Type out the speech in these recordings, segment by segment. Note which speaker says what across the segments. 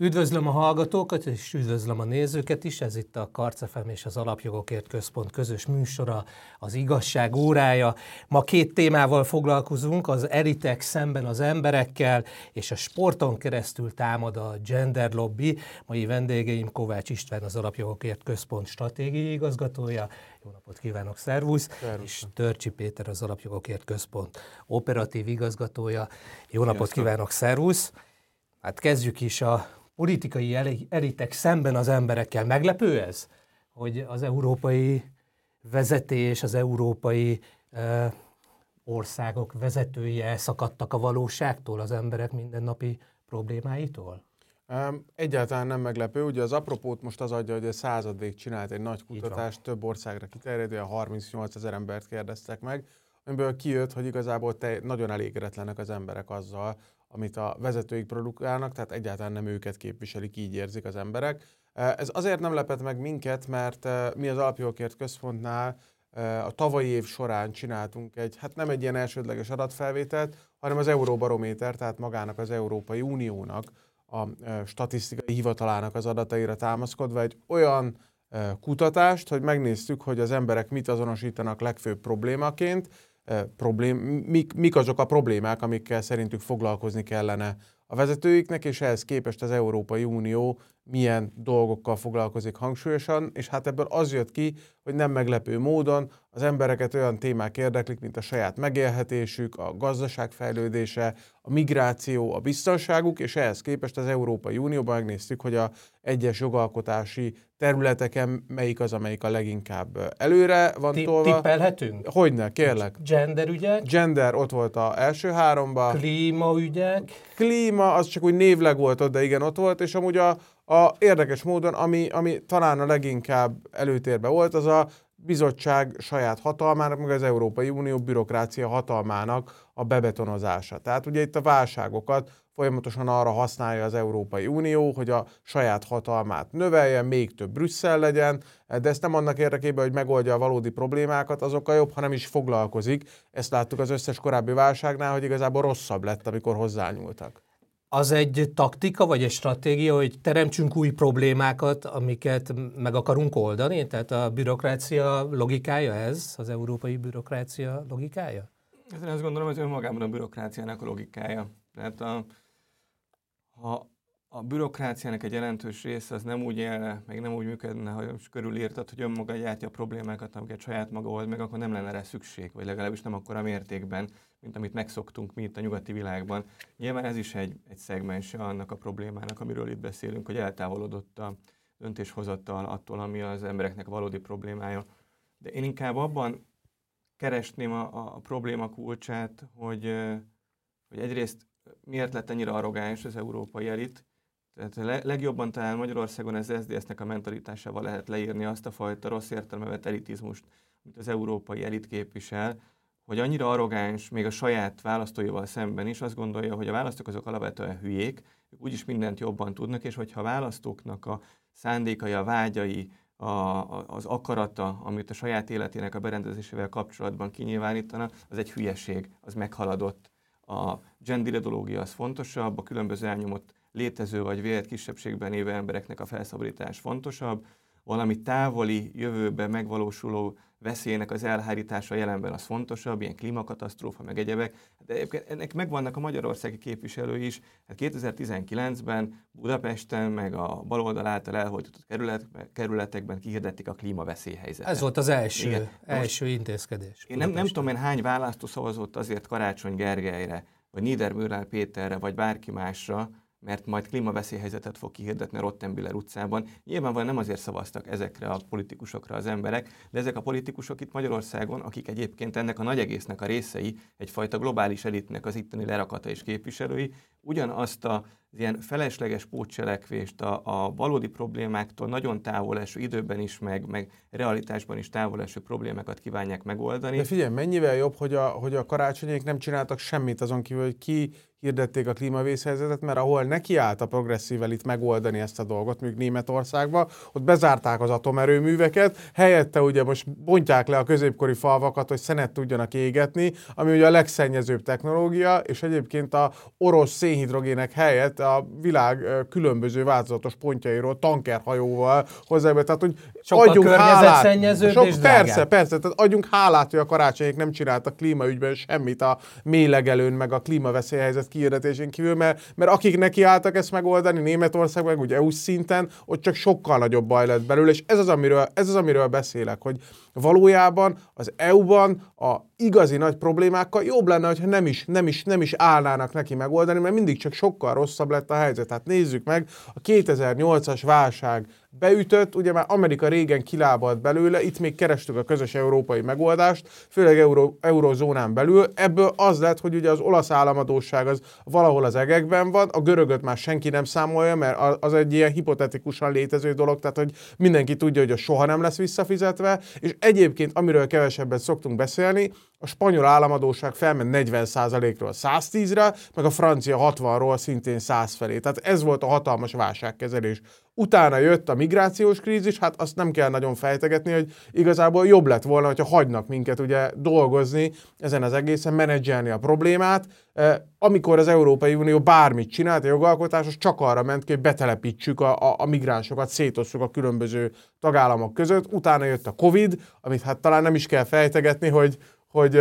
Speaker 1: Üdvözlöm a hallgatókat, és üdvözlöm a nézőket is. Ez itt a Karc FM és az Alapjogokért Központ közös műsora, az igazság órája. Ma két témával foglalkozunk, az elitek szemben az emberekkel, és a sporton keresztül támad a gender lobby. Mai vendégeim Kovács István, az Alapjogokért Központ stratégiai igazgatója. Jó napot kívánok, szervusz! És Törcsi Péter, az Alapjogokért Központ operatív igazgatója. Jó napot kívánok, szervusz! Hát kezdjük is a politikai elitek szemben az emberekkel. Meglepő ez, hogy az európai vezetés, az európai országok vezetői elszakadtak a valóságtól, az emberek mindennapi problémáitól?
Speaker 2: Egyáltalán nem meglepő. Ugye az apropót most az adja, hogy a Századvég csinált egy nagy kutatást, több országra kiterjedő, 38 000 embert kérdeztek meg, amiből kijött, hogy igazából nagyon elégedetlenek az emberek azzal, amit a vezetőik produkálnak, tehát egyáltalán nem őket képviselik, így érzik az emberek. Ez azért nem lepett meg minket, mert mi az Alapjogokért Központnál a tavalyi év során csináltunk nem egy ilyen elsődleges adatfelvételt, hanem az Euróbarométer, tehát magának az Európai Uniónak, a statisztikai hivatalának az adataira támaszkodva egy olyan kutatást, hogy megnéztük, hogy az emberek mit azonosítanak legfőbb problémaként, mik azok a problémák, amikkel szerintük foglalkozni kellene a vezetőiknek, és ehhez képest az Európai Unió milyen dolgokkal foglalkozik hangsúlyosan, és hát ebből az jött ki, hogy nem meglepő módon az embereket olyan témák érdeklik, mint a saját megélhetésük, a gazdaság fejlődése, a migráció, a biztonságuk, és ehhez képest az Európai Unióban megnéztük, hogy a egyes jogalkotási területeken melyik az, amelyik a leginkább előre van tolva.
Speaker 1: Tippelhetünk?
Speaker 2: Hogyne, kérlek.
Speaker 1: Genderügyek?
Speaker 2: Gender ott volt az első háromban.
Speaker 1: Klímaügyek?
Speaker 2: Klíma, az csak úgy névleg volt ott, de igen, ott volt, és amúgy a érdekes módon, ami talán a leginkább előtérbe volt, az a bizottság saját hatalmának, meg az Európai Unió bürokrácia hatalmának a bebetonozása. Tehát ugye itt a válságokat folyamatosan arra használja az Európai Unió, hogy a saját hatalmát növelje, még több Brüsszel legyen, de ezt nem annak érdekében, hogy megoldja a valódi problémákat, azokkal jobb, ha nem is foglalkozik. Ezt láttuk az összes korábbi válságnál, hogy igazából rosszabb lett, amikor hozzányúltak.
Speaker 1: Az egy taktika, vagy egy stratégia, hogy teremtsünk új problémákat, amiket meg akarunk oldani? Tehát a bürokrácia logikája ez, az európai bürokrácia logikája?
Speaker 3: Én azt gondolom, hogy önmagában a bürokráciának a logikája. Tehát ha a bürokráciának egy jelentős része az nem úgy élne, meg nem úgy működne, hogy most körülírtad, hogy önmaga gyártja a problémákat, amiket saját maga old meg, akkor nem lenne rá szükség, vagy legalábbis nem akkora mértékben, mint amit megszoktunk mi itt a nyugati világban. Nyilván ez is egy szegmense annak a problémának, amiről itt beszélünk, hogy eltávolodott a döntéshozattal attól, ami az embereknek valódi problémája. De én inkább abban keresném a probléma kulcsát, hogy egyrészt miért lett ennyire arrogáns az európai elit. Tehát legjobban talán Magyarországon az SZDSZ-nek a mentalitásával lehet leírni azt a fajta rossz értelembe vett elitizmust, amit az európai elit képvisel, hogy annyira arrogáns, még a saját választóival szemben is azt gondolja, hogy a választók azok alapvetően hülyék, ők úgyis mindent jobban tudnak, és hogyha a választóknak a szándékai, a vágyai, az akarata, amit a saját életének a berendezésével kapcsolatban kinyilvánítanak, az egy hülyeség, az meghaladott. A gender ideológia az fontosabb, a különböző elnyomott létező vagy vélt kisebbségben élő embereknek a felszabadítás fontosabb, valami távoli, jövőben megvalósuló veszélynek az elhárítása jelenben az fontosabb, ilyen klímakatasztrófa, meg egyebek. De egyébként ennek megvannak a magyarországi képviselői is. Hát 2019-ben Budapesten, meg a baloldal által elhojtott kerületekben kihirdették a klímaveszélyhelyzetet.
Speaker 1: Ez volt az első intézkedés.
Speaker 3: Én nem tudom, én hány választó szavazott azért Karácsony Gergelyre, vagy Niedermüller Péterre, vagy bárki másra, mert majd klímaveszélyhelyzetet fog kihirdetni a Rottenbüller utcában. Nyilvánvalóan nem azért szavaztak ezekre a politikusokra az emberek, de ezek a politikusok itt Magyarországon, akik egyébként ennek a nagy egésznek a részei, egyfajta globális elitnek az itteni lerakata és képviselői, ugyanazt az ilyen felesleges pótcselekvést a valódi problémáktól nagyon távol eső időben is, meg realitásban is távol eső problémákat kívánják megoldani.
Speaker 2: De figyelj, mennyivel jobb, hogy a karácsonyék nem csináltak semmit azon kívül, hogy hirdették a klímavészhelyzetet, mert ahol nekiállt a progresszív elit megoldani ezt a dolgot, mondjuk Németországban, ott bezárták az atomerőműveket, helyette ugye most bontják le a középkori falvakat, hogy szenet tudjanak égetni, ami ugye a legszennyezőbb technológia, és egyébként a orosz szénhidrogének helyett a világ különböző változatos pontjairól tankerhajóval hozzá, tehát hogy
Speaker 1: sokkal
Speaker 2: adjunk
Speaker 1: környezetszennyezőbb és
Speaker 2: drágább. Persze, tehát adjunk hálát, hogy a Karácsonyék nem csináltak klímaügyben semmit a mélylegelőn, meg a klímaveszélyhelyzet kihirdetésén kívül, mert akik nekiálltak ezt megoldani Németországban, meg ugye EU-s szinten, ott csak sokkal nagyobb baj lett belőle, és ez az, amiről beszélek, hogy valójában az EU-ban a igazi nagy problémákkal jobb lenne, hogyha nem is állnának neki megoldani, mert mindig csak sokkal rosszabb lett a helyzet. Tehát nézzük meg, a 2008-as válság beütött, ugye már Amerika régen kilábalt belőle, itt még kerestük a közös európai megoldást, főleg eurozónán belül. Ebből az lett, hogy ugye az olasz államadósság az valahol az egekben van, a görögöt már senki nem számolja, mert az egy ilyen hipotetikusan létező dolog, tehát hogy mindenki tudja, hogy az soha nem lesz visszafizetve, és egyébként, amiről kevesebbet szoktunk beszélni, a spanyol államadósság felment 40%-ról 110-re, meg a francia 60-ról szintén 100 felé. Tehát ez volt a hatalmas válságkezelés. Utána jött a migrációs krízis, hát azt nem kell nagyon fejtegetni, hogy igazából jobb lett volna, hogyha hagynak minket ugye dolgozni ezen az egészen, menedzselni a problémát. Amikor az Európai Unió bármit csinált, a jogalkotás, az csak arra ment ki, hogy betelepítsük a migránsokat, szétosszuk a különböző tagállamok között. Utána jött a Covid, amit hát talán nem is kell fejtegetni, hogy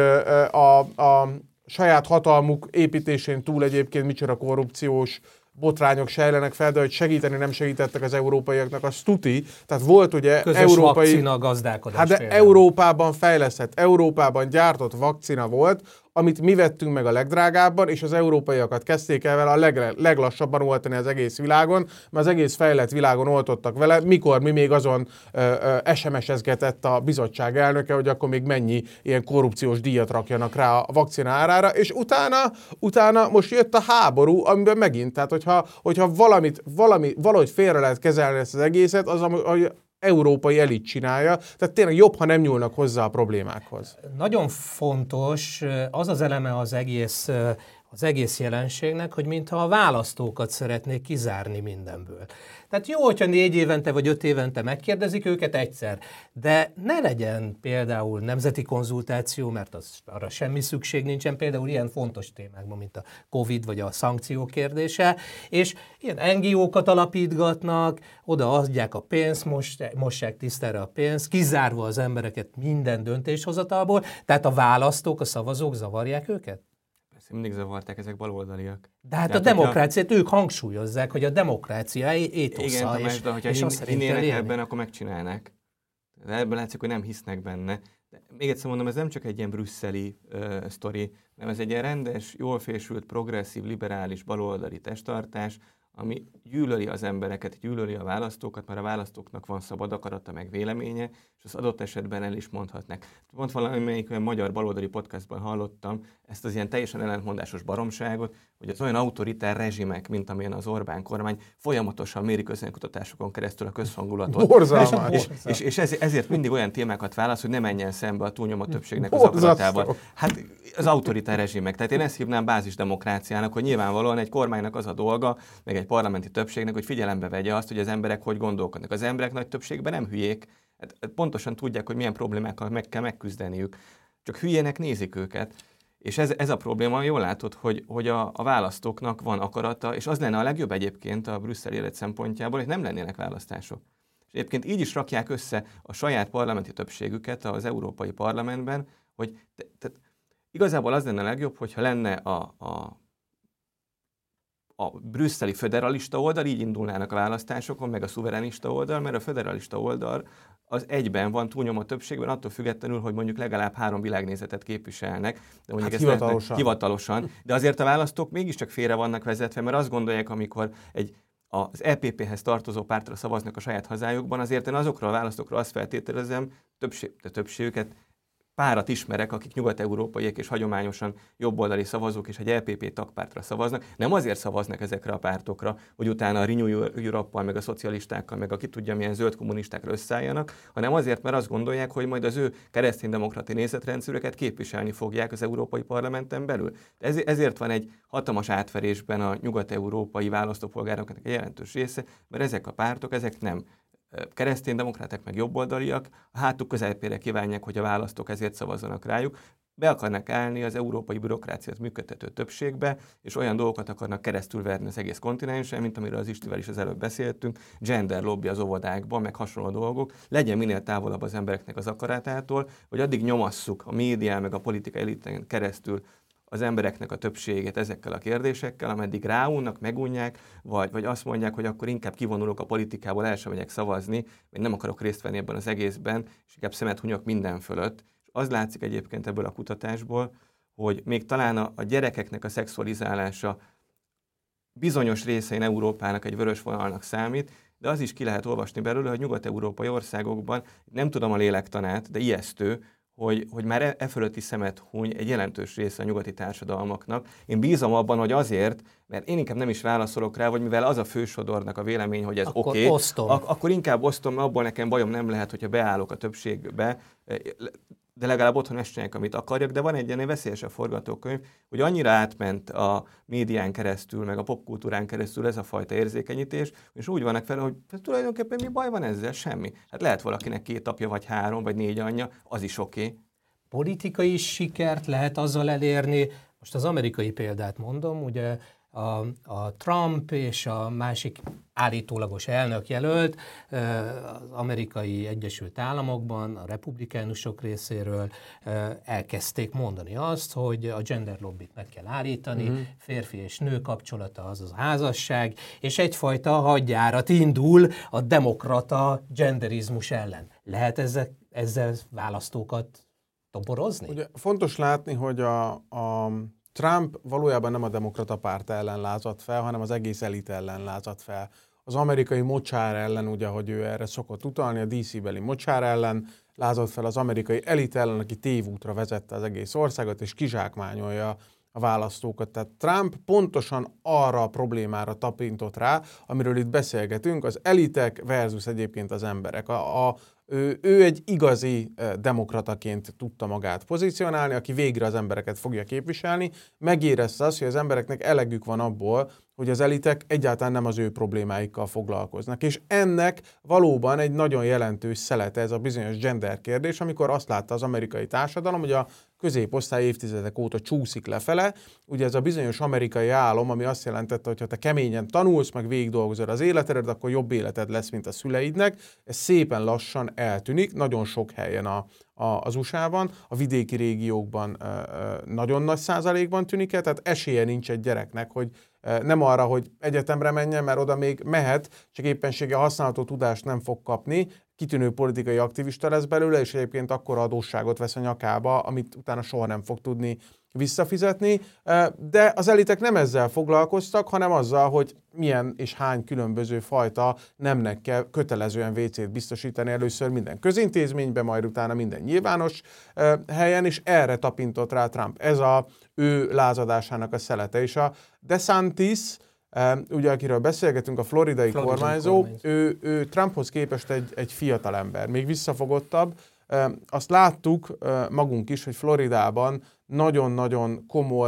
Speaker 2: a saját hatalmuk építésén túl egyébként micsoda korrupciós botrányok sejlenek fel, de hogy segíteni nem segítettek az európaiaknak, az tuti. Tehát volt ugye
Speaker 1: közös vakcina gazdálkodás.
Speaker 2: Hát de
Speaker 1: például.
Speaker 2: Európában fejlesztett, Európában gyártott vakcina volt, amit mi vettünk meg a legdrágábban, és az európaiakat kezdték el vele a leglassabban oltani az egész világon, mert az egész fejlett világon oltottak vele, mikor mi még azon SMS-ezgetett a bizottság elnöke, hogy akkor még mennyi ilyen korrupciós díjat rakjanak rá a vakcina árára, és utána most jött a háború, amiben megint, tehát hogyha valahogy félre lehet kezelni ezt az egészet, az európai elit csinálja, tehát tényleg jobb, ha nem nyúlnak hozzá a problémákhoz.
Speaker 1: Nagyon fontos az eleme az egész jelenségnek, hogy mintha a választókat szeretnék kizárni mindenből. Tehát jó, hogyha 4 évente vagy 5 évente megkérdezik őket egyszer, de ne legyen például nemzeti konzultáció, mert arra semmi szükség nincsen, például ilyen fontos témákban, mint a Covid vagy a szankciók kérdése, és ilyen NGO-kat alapítgatnak, oda adják a pénzt, mossák tisztára a pénzt, kizárva az embereket minden döntéshozatalból, tehát a választók, a szavazók zavarják őket?
Speaker 3: Mindig zavarták, ezek baloldaliak.
Speaker 1: De hát tehát, a demokráciát ők hangsúlyozzák, hogy a demokrácia étosza,
Speaker 3: igen, de hogyha hinnének ebben, akkor megcsinálnák. De ebben látszik, hogy nem hisznek benne. De még egyszer mondom, ez nem csak egy ilyen brüsszeli sztori, hanem ez egy ilyen rendes, jól fésült, progresszív, liberális, baloldali testtartás, ami gyűlöli az embereket, gyűlöli a választókat, mert a választóknak van szabad akarata meg véleménye, és az adott esetben el is mondhatnak. Pont valamelyik olyan magyar baloldali podcastban hallottam ezt az ilyen teljesen ellentmondásos baromságot, hogy az olyan autoritár rezsimek, mint amilyen az Orbán kormány, folyamatosan mérik közönkutatásokon keresztül a közhangulatot.
Speaker 2: Borzalmas!
Speaker 3: És ezért mindig olyan témákat válasz, hogy ne menjen szembe a túlnyomó többségnek az akaratával. Hát az autoritár rezsimek. Tehát én ezt hívnám bázisdemokráciának, hogy nyilvánvalóan egy kormánynak az a dolga, meg egy parlamenti többségnek, hogy figyelembe vegye azt, hogy az emberek hogy gondolkodnak. Az emberek nagy többségben nem hülyék, pontosan tudják, hogy milyen problémákkal meg kell megküzdeniük. Csak hülyének nézik őket. És ez a probléma, jól látod, hogy a választóknak van akarata, és az lenne a legjobb egyébként a brüsszeli élet szempontjából, hogy nem lennének választások. És egyébként így is rakják össze a saját parlamenti többségüket az Európai Parlamentben, hogy igazából az lenne a legjobb, hogyha lenne a brüsszeli föderalista oldal, így indulnának a választásokon, meg a szuverenista oldal, mert a föderalista oldal az egyben van túlnyomó többségben, attól függetlenül, hogy mondjuk legalább 3 világnézetet képviselnek, de mondjuk hivatalosan. De azért a választók mégiscsak félre vannak vezetve, mert azt gondolják, amikor az EPP-hez tartozó pártra szavaznak a saját hazájukban, azért én azokról a választókról azt feltételezem, többségüket párat ismerek, akik nyugat-európaiak és hagyományosan jobboldali szavazók és egy LPP tagpártra szavaznak. Nem azért szavaznak ezekre a pártokra, hogy utána a Renew Europe-val, meg a szocialistákkal, meg a ki tudja milyen zöld kommunistákra összeálljanak, hanem azért, mert azt gondolják, hogy majd az ő kereszténydemokrati nézetrendszerüket képviselni fogják az Európai Parlamenten belül. Ezért van egy hatalmas átverésben a nyugat-európai választópolgároknak egy jelentős része, mert ezek a pártok, ezek nem kereszténydemokraták meg jobboldaliak, a hátuk közepére kívánják, hogy a választók ezért szavazzanak rájuk. be akarnak állni az európai bürokráciát működtető többségbe, és olyan dolgokat akarnak keresztülverni az egész kontinensen, mint amiről az Istivel is az előbb beszéltünk, gender lobby az óvodákban, meg hasonló dolgok, legyen minél távolabb az embereknek az akaratától, hogy addig nyomasszuk a médián, meg a politikai eliten keresztül az embereknek a többségét ezekkel a kérdésekkel, ameddig ráunnak, megunják, vagy azt mondják, hogy akkor inkább kivonulok a politikából, el sem megyek szavazni, vagy nem akarok részt venni ebben az egészben, és inkább szemet hunyok minden fölött. És az látszik egyébként ebből a kutatásból, hogy még talán a gyerekeknek a szexualizálása bizonyos részein Európának egy vörös vonalnak számít, de az is ki lehet olvasni belőle, hogy nyugat-európai országokban, nem tudom a lélektanát, de ijesztő, hogy már e fölötti szemet huny egy jelentős része a nyugati társadalmaknak. Én bízom abban, hogy azért, mert én inkább nem is válaszolok rá, vagy mivel az a fősodornak a vélemény, hogy ez oké, akkor inkább osztom, mert abból nekem bajom nem lehet, hogyha beállok a többségbe, de legalább otthon ezt csinálják, amit akarjak, de van egy ilyen veszélyesebb forgatókönyv, hogy annyira átment a médián keresztül, meg a popkultúrán keresztül ez a fajta érzékenyítés, és úgy vannak fel, hogy tulajdonképpen mi baj van ezzel? Semmi. Hát lehet valakinek 2 apja, vagy 3, vagy 4 anyja, az is oké.
Speaker 1: Politikai sikert lehet azzal elérni, most az amerikai példát mondom, ugye a Trump és a másik állítólagos elnökjelölt az amerikai Egyesült Államokban, a republikánusok részéről elkezdték mondani azt, hogy a gender lobbit meg kell állítani, férfi és nő kapcsolata az a házasság, és egyfajta hadjárat indul a demokrata genderizmus ellen. Lehet ezzel választókat toborozni?
Speaker 2: Ugye fontos látni, hogy a Trump valójában nem a demokrata párt ellen lázadt fel, hanem az egész elit ellen lázadt fel. Az amerikai mocsár ellen, ugye, hogy ő erre szokott utalni, a DC-beli mocsár ellen lázadt fel, az amerikai elit ellen, aki tévútra vezette az egész országot, és kizsákmányolja a választókat. Tehát Trump pontosan arra a problémára tapintott rá, amiről itt beszélgetünk, az elitek versus egyébként az emberek. Ő egy igazi demokrataként tudta magát pozícionálni, aki végre az embereket fogja képviselni, megérezte azt, hogy az embereknek elegük van abból, hogy az elitek egyáltalán nem az ő problémáikkal foglalkoznak. És ennek valóban egy nagyon jelentős szelete ez a bizonyos gender kérdés, amikor azt látta az amerikai társadalom, hogy a középosztály évtizedek óta csúszik lefele. Ugye ez a bizonyos amerikai álom, ami azt jelentette, hogy ha te keményen tanulsz, meg végig dolgozol az életedet, akkor jobb életed lesz, mint a szüleidnek. Ez szépen lassan eltűnik, nagyon sok helyen az USA-ban, a vidéki régiókban nagyon nagy százalékban tűnik el, tehát esélye nincs egy gyereknek, hogy nem arra, hogy egyetemre menjen, mert oda még mehet, csak éppenséggel használható tudást nem fog kapni, kitűnő politikai aktivista lesz belőle, és egyébként akkora adósságot vesz a nyakába, amit utána soha nem fog tudni visszafizetni, de az elitek nem ezzel foglalkoztak, hanem azzal, hogy milyen és hány különböző fajta nemnek kell kötelezően WC-t biztosítani először minden közintézményben, majd utána minden nyilvános helyen, és erre tapintott rá Trump. Ez a ő lázadásának a szelete. És a DeSantis, ugye akiről beszélgetünk, a floridai kormányzó, ő Trumphoz képest egy fiatal ember, még visszafogottabb. Azt láttuk magunk is, hogy Floridában nagyon-nagyon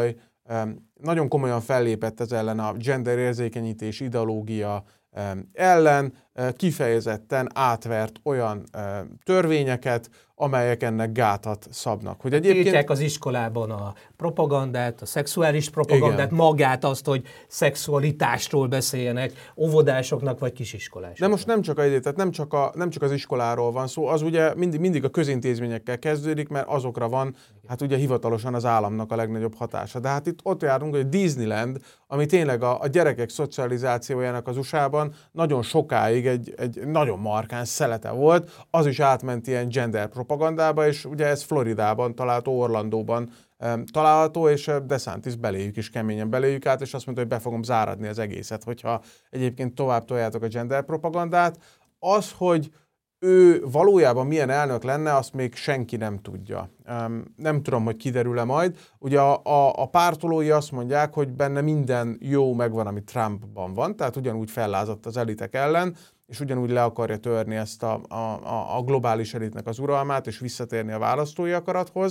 Speaker 2: komolyan fellépett ez ellen a genderérzékenyítés ideológia ellen, kifejezetten átvert olyan törvényeket, amelyek ennek gátat szabnak.
Speaker 1: Hogy egyébként tiltják az iskolában a propagandát, a szexuális propagandát, igen, magát azt, hogy szexualitásról beszéljenek óvodásoknak vagy kisiskolásoknak.
Speaker 2: De most nem csak tehát nem csak az iskoláról van szó, az ugye mindig a közintézményekkel kezdődik, mert azokra van, hát ugye hivatalosan az államnak a legnagyobb hatása. De hát itt ott járunk, hogy Disneyland, ami tényleg a gyerekek szocializációjának az USA-ban nagyon sokáig egy nagyon markáns szelete volt, az is átment ilyen gender propagandába, és ugye ez Floridában található, Orlandóban található, és DeSantis beléjük is keményen beléjük át, és azt mondta, hogy be fogom záradni az egészet, hogyha egyébként tovább toljátok a gender propagandát. Az, hogy ő valójában milyen elnök lenne, azt még senki nem tudja. Nem tudom, hogy kiderül-e majd. Ugye a pártolói azt mondják, hogy benne minden jó megvan, ami Trumpban van, tehát ugyanúgy fellázadt az elitek ellen, és ugyanúgy le akarja törni ezt a globális elitnek az uralmát, és visszatérni a választói akarathoz.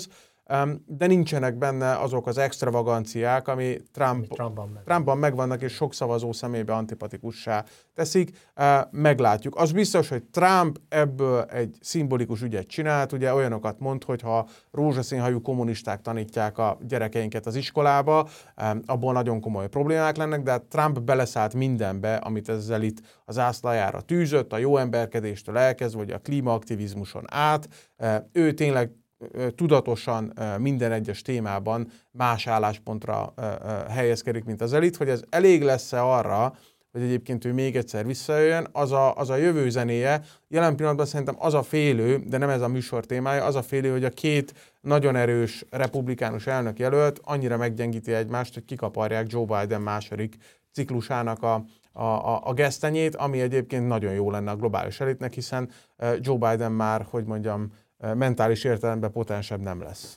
Speaker 2: de nincsenek benne azok az extravaganciák, ami Trumpban megvannak, és sok szavazó szemébe antipatikussá teszik. Meglátjuk. Az biztos, hogy Trump ebből egy szimbolikus ügyet csinált, ugye olyanokat mond, hogy ha rózsaszínhajú kommunisták tanítják a gyerekeinket az iskolába, abból nagyon komoly problémák lennek, de Trump beleszállt mindenbe, amit ezzel itt az ászlajára tűzött, a jó emberkedéstől elkezdve, vagy a klímaaktivizmuson át. Ő tényleg tudatosan minden egyes témában más álláspontra helyezkedik, mint az elit, hogy ez elég lesz-e arra, hogy egyébként ő még egyszer visszajöjjön, az a jövő zenéje. Jelen pillanatban szerintem az a félő, de nem ez a műsor témája, az a félő, hogy a két nagyon erős republikánus elnök jelölt annyira meggyengíti egymást, hogy kikaparják Joe Biden második ciklusának a gesztenyét, ami egyébként nagyon jó lenne a globális elitnek, hiszen Joe Biden már, hogy mondjam, mentális értelemben potensebb nem lesz.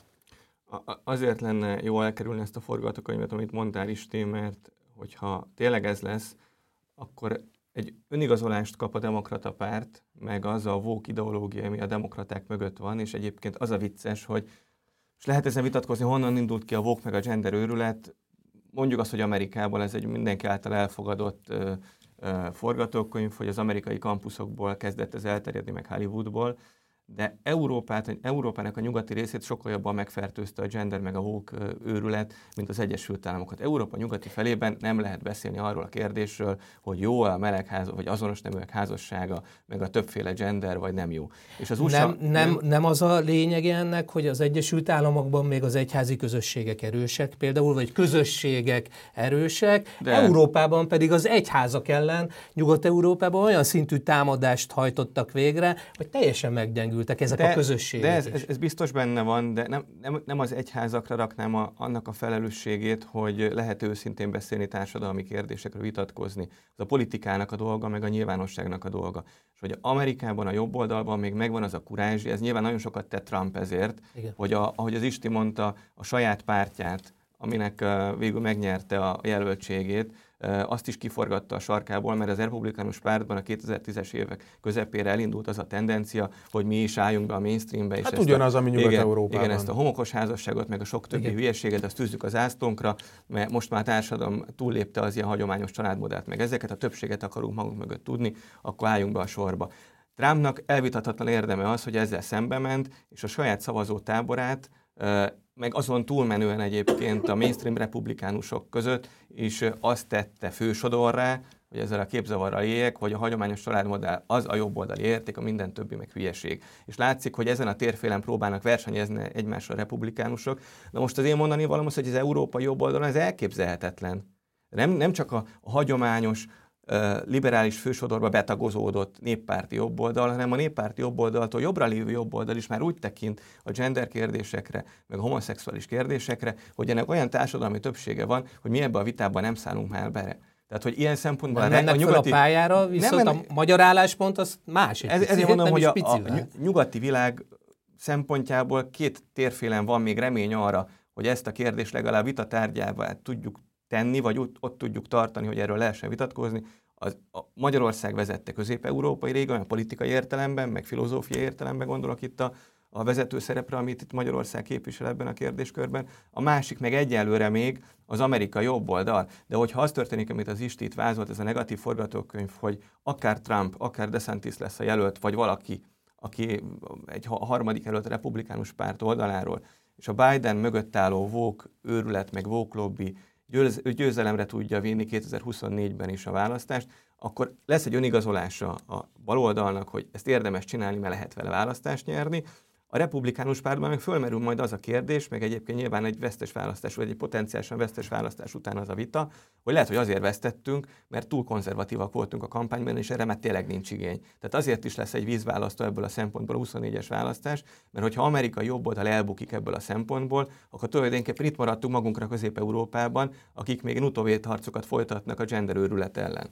Speaker 3: Azért lenne jó elkerülni ezt a forgatókönyvet, amit mondtál Isti, mert hogyha tényleg ez lesz, akkor egy önigazolást kap a demokrata párt, meg az a woke ideológia, ami a demokraták mögött van, és egyébként az a vicces, hogy és lehet ezen vitatkozni, honnan indult ki a woke meg a gender őrület. Mondjuk azt, hogy Amerikában ez egy mindenki által elfogadott forgatókönyv, hogy az amerikai kampuszokból kezdett ez elterjedni, meg Hollywoodból, de Európának a nyugati részét sokkal jobban megfertőzte a gender meg a woke őrület, mint az Egyesült Államokat. Európa nyugati felében nem lehet beszélni arról a kérdésről, hogy jó a melegház, vagy azonos neműek házassága, meg a többféle gender, vagy nem jó. És az USA...
Speaker 1: Nem az a lényege ennek, hogy az Egyesült Államokban még az egyházi közösségek erősek például, vagy közösségek erősek, de Európában pedig az egyházak ellen, Nyugat-Európában olyan szintű támadást hajtottak végre, hogy teljesen meggyengült ezek a közösségek.
Speaker 3: De ez biztos benne van, de nem az egyházakra raknám annak a felelősségét, hogy lehet őszintén beszélni társadalmi kérdésekről, vitatkozni. Ez a politikának a dolga, meg a nyilvánosságnak a dolga. És hogy Amerikában, a jobb oldalban még megvan az a kurázsi, ez nyilván nagyon sokat tett Trump ezért, hogy ahogy az Isti mondta, a saját pártját, aminek végül megnyerte a jelöltségét, azt is kiforgatta a sarkából, mert az republikánus pártban a 2010-es évek közepére elindult az a tendencia, hogy mi is álljunk be a mainstreambe. És
Speaker 2: hát ugyanaz, ami Nyugat-Európában.
Speaker 3: Igen, ezt a homokos házasságot, meg a sok többi hülyeséget, azt tűzzük az ásztónkra, mert most már a társadalom túllépte az ilyen hagyományos családmodellt, meg ezeket a többséget akarunk magunk mögött tudni, akkor álljunk be a sorba. Trumpnak elvitathatatlan érdeme az, hogy ezzel szembe ment, és a saját szavazó táborát meg azon túlmenően egyébként a mainstream republikánusok között is azt tette fősodorrá, hogy ezzel a képzavarral éljek, hogy a hagyományos családmodell az a jobboldali érték, a minden többi meg hülyeség. És látszik, hogy ezen a térfélen próbálnak versenyezni egymással a republikánusok. Na most az én mondani valam az, hogy az európai jobboldalon ez elképzelhetetlen. Nem csak a hagyományos liberális fősodorba betagozódott néppárti jobboldal, hanem a néppárti jobboldaltól jobbra lévő jobboldal is már úgy tekint a gender kérdésekre, meg a homoszexuális kérdésekre, hogy ennek olyan társadalmi többsége van, hogy mi ebbe a vitában nem szállunk már bele. Tehát, hogy ilyen szempontból
Speaker 1: a nyugati... a pályára, viszont a magyar álláspont az más.
Speaker 3: Ezért mondom, hogy a nyugati világ szempontjából két térfélen van még remény arra, hogy ezt a kérdést legalább vitatárgyává tudjuk tenni, vagy ott tudjuk tartani, hogy erről lehessen vitatkozni. A Magyarország vezette közép-európai régióban, a politikai értelemben, meg filozófiai értelemben gondolok itt a vezető szerepre, amit itt Magyarország képvisel ebben a kérdéskörben. A másik meg egyelőre még az amerikai jobboldal. De hogyha az történik, amit az Isti itt vázolt, ez a negatív forgatókönyv, hogy akár Trump, akár DeSantis lesz a jelölt, vagy valaki, aki egy harmadik jelölt a republikánus párt oldaláról, és a Biden mögött álló woke őrület, meg woke lobby győzelemre tudja vinni 2024-ben is a választást, akkor lesz egy önigazolása a baloldalnak, hogy ezt érdemes csinálni, mert lehet vele választást nyerni. A republikánus pártban meg fölmerül majd az a kérdés, meg egyébként nyilván egy vesztes választás, vagy egy potenciálisan vesztes választás után az a vita, hogy lehet, hogy azért vesztettünk, mert túl konzervatívak voltunk a kampányban, és erre már tényleg nincs igény. Tehát azért is lesz egy vízválasztó ebből a szempontból a 24-es választás, mert hogyha amerikai jobboldal elbukik ebből a szempontból, akkor tulajdonképpen itt maradtunk magunkra Közép-Európában, akik még utóvét harcokat folytatnak a gender őrület ellen.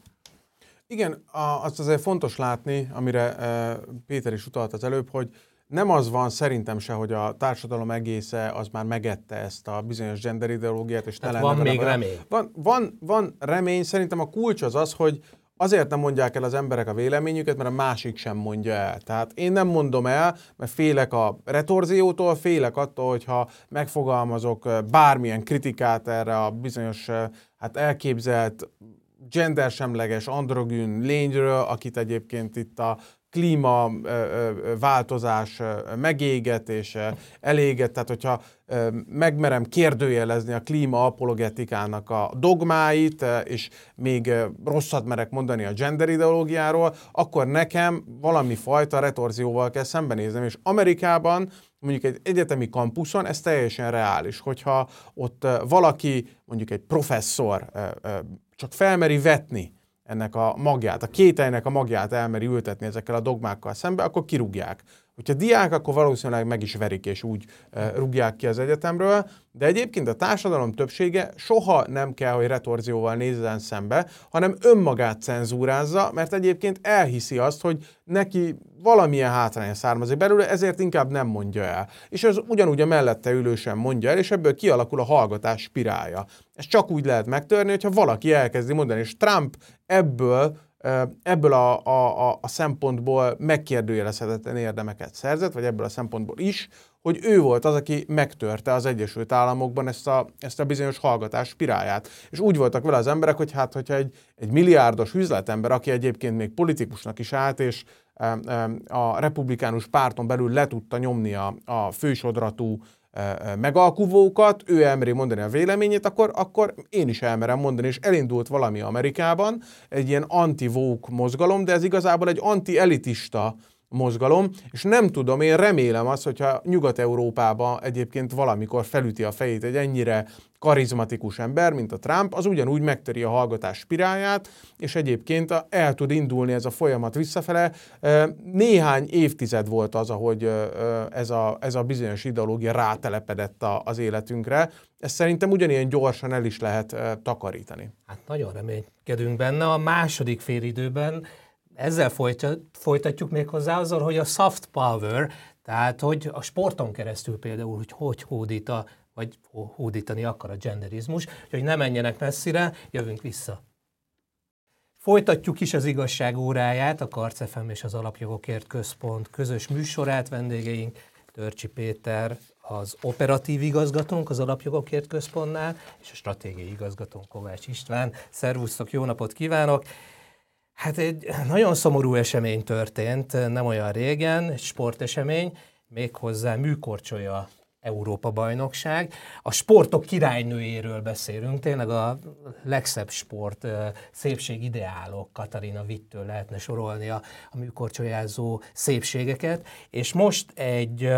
Speaker 2: Igen, azt azért fontos látni, amire Péter is utalt az előbb, hogy nem az van szerintem se, hogy a társadalom egésze az már megette ezt a bizonyos gender ideológiát, és
Speaker 1: van még remény.
Speaker 2: Van remény, szerintem a kulcs az, hogy azért nem mondják el az emberek a véleményüket, mert a másik sem mondja el. Tehát én nem mondom el, mert félek a retorziótól, félek attól, hogyha megfogalmazok bármilyen kritikát erre a bizonyos elképzelt gendersemleges androgyn lényről, akit egyébként itt a klímaváltozás megéget és eléget, tehát hogyha megmerem kérdőjelezni a klímaapologetikának a dogmáit, és még rosszat merek mondani a gender ideológiáról, akkor nekem valami fajta retorzióval kell szembenéznem, és Amerikában mondjuk egy egyetemi kampuszon ez teljesen reális, hogyha ott valaki, mondjuk egy professzor csak felmeri vetni ennek a magját, a kételynek a magját elmeri ültetni ezekkel a dogmákkal szembe, akkor kirúgják. Hogyha diák, akkor valószínűleg meg is verik, és úgy rúgják ki az egyetemről, de egyébként a társadalom többsége soha nem kell, hogy retorzióval nézzen szembe, hanem önmagát cenzúrázza, mert egyébként elhiszi azt, hogy neki valamilyen hátránya származik belőle, ezért inkább nem mondja el. És ez ugyanúgy a mellette ülő sem mondja el, és ebből kialakul a hallgatás spirálja. Ez csak úgy lehet megtörni, hogyha valaki elkezdi mondani, és Trump ebből a szempontból megkérdőjelezhetetlen érdemeket szerzett, vagy ebből a szempontból is, hogy ő volt az, aki megtörte az Egyesült Államokban ezt a bizonyos hallgatás spirálját. És úgy voltak vele az emberek, hogy hát, hogyha egy milliárdos üzletember, aki egyébként még politikusnak is állt, és a republikánus párton belül le tudta nyomni a fősodratú megalkuvókat, ő elmeri mondani a véleményét, akkor én is elmerem mondani, és elindult valami Amerikában, egy ilyen anti-woke mozgalom, de ez igazából egy anti-elitista mozgalom, és nem tudom, én remélem azt, hogyha Nyugat-Európában egyébként valamikor felüti a fejét egy ennyire karizmatikus ember, mint a Trump, az ugyanúgy megtöri a hallgatás spirálját, és egyébként el tud indulni ez a folyamat visszafele. Néhány évtized volt az, ahogy ez a bizonyos ideológia rátelepedett az életünkre. Ezt szerintem ugyanilyen gyorsan el is lehet takarítani.
Speaker 1: Hát nagyon reménykedünk benne. A második félidőben ezzel folytatjuk még hozzá azzal, hogy a soft power, tehát hogy a sporton keresztül például, hogy hódítani akar a genderizmus, hogy ne menjenek messzire, jövünk vissza. Folytatjuk is az igazság óráját, a Karc FM és az Alapjogokért Központ közös műsorát. Vendégeink Törcsi Péter, az operatív igazgatónk az Alapjogokért Központnál, és a stratégiai igazgatónk Kovács István. Szervusztok, jó napot kívánok! Hát egy nagyon szomorú esemény történt nem olyan régen, egy sportesemény, méghozzá műkorcsolya Európa-bajnokság. A sportok királynőjéről beszélünk, tényleg a legszebb sport, szépségideálok, Katarina Witttől lehetne sorolni a műkorcsolyázó szépségeket, és most egy,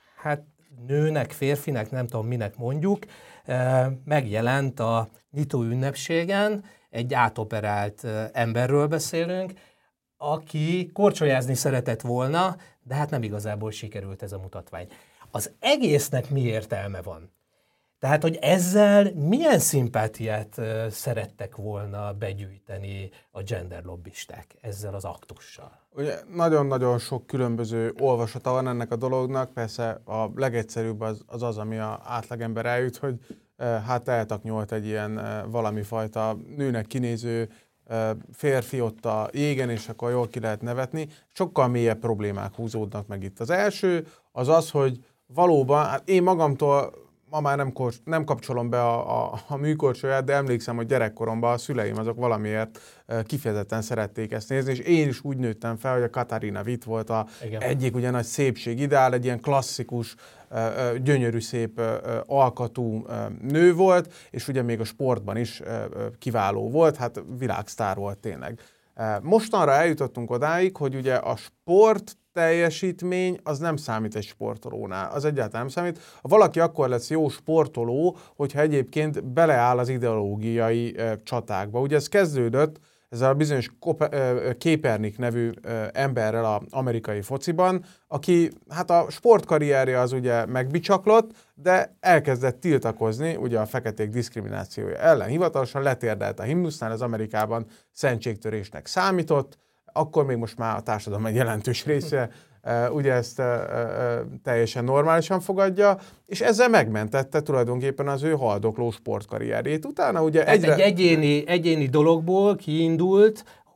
Speaker 1: nőnek, férfinek, nem tudom minek mondjuk, megjelent a nyitó ünnepségen, egy átoperált emberről beszélünk, aki korcsolyázni szeretett volna, de hát nem igazából sikerült ez a mutatvány. Az egésznek mi értelme van? Tehát, hogy ezzel milyen szimpátiát szerettek volna begyűjteni a genderlobbisták ezzel az aktussal?
Speaker 2: Ugye nagyon-nagyon sok különböző olvasata van ennek a dolognak, persze a legegyszerűbb az ami az átlagember eljut, hogy hát eltaknyolt egy ilyen valami fajta nőnek kinéző férfi ott a jégen, és akkor jól ki lehet nevetni. Sokkal mélyebb problémák húzódnak meg itt. Az első az, hogy valóban, hát én magamtól ma már nem kapcsolom be a műkorcsolyát, de emlékszem, hogy gyerekkoromban a szüleim azok valamiért kifejezetten szerették ezt nézni, és én is úgy nőttem fel, hogy a Katarina Witt volt egyik ugye nagy szépségideál, egy ilyen klasszikus, gyönyörű szép alkatú nő volt, és ugye még a sportban is kiváló volt, hát világsztár volt tényleg. Mostanra eljutottunk odáig, hogy ugye a sport teljesítmény az nem számít egy sportolónál, az egyáltalán nem számít. Valaki akkor lesz jó sportoló, hogyha egyébként beleáll az ideológiai csatákba. Ugye ez kezdődött ezzel a bizonyos Kaepernick nevű emberrel az amerikai fociban, aki hát a sportkarrierje az ugye megbicsaklott, de elkezdett tiltakozni ugye a feketék diszkriminációja ellen. Hivatalosan letérdelt a himnusznál, az Amerikában szentségtörésnek számított, akkor még most már a társadalom egy jelentős része ugye ezt teljesen normálisan fogadja, és ezzel megmentette tulajdonképpen az ő haldokló sportkarrierjét. Utána ugye
Speaker 1: egy egyéni dologból kiindult,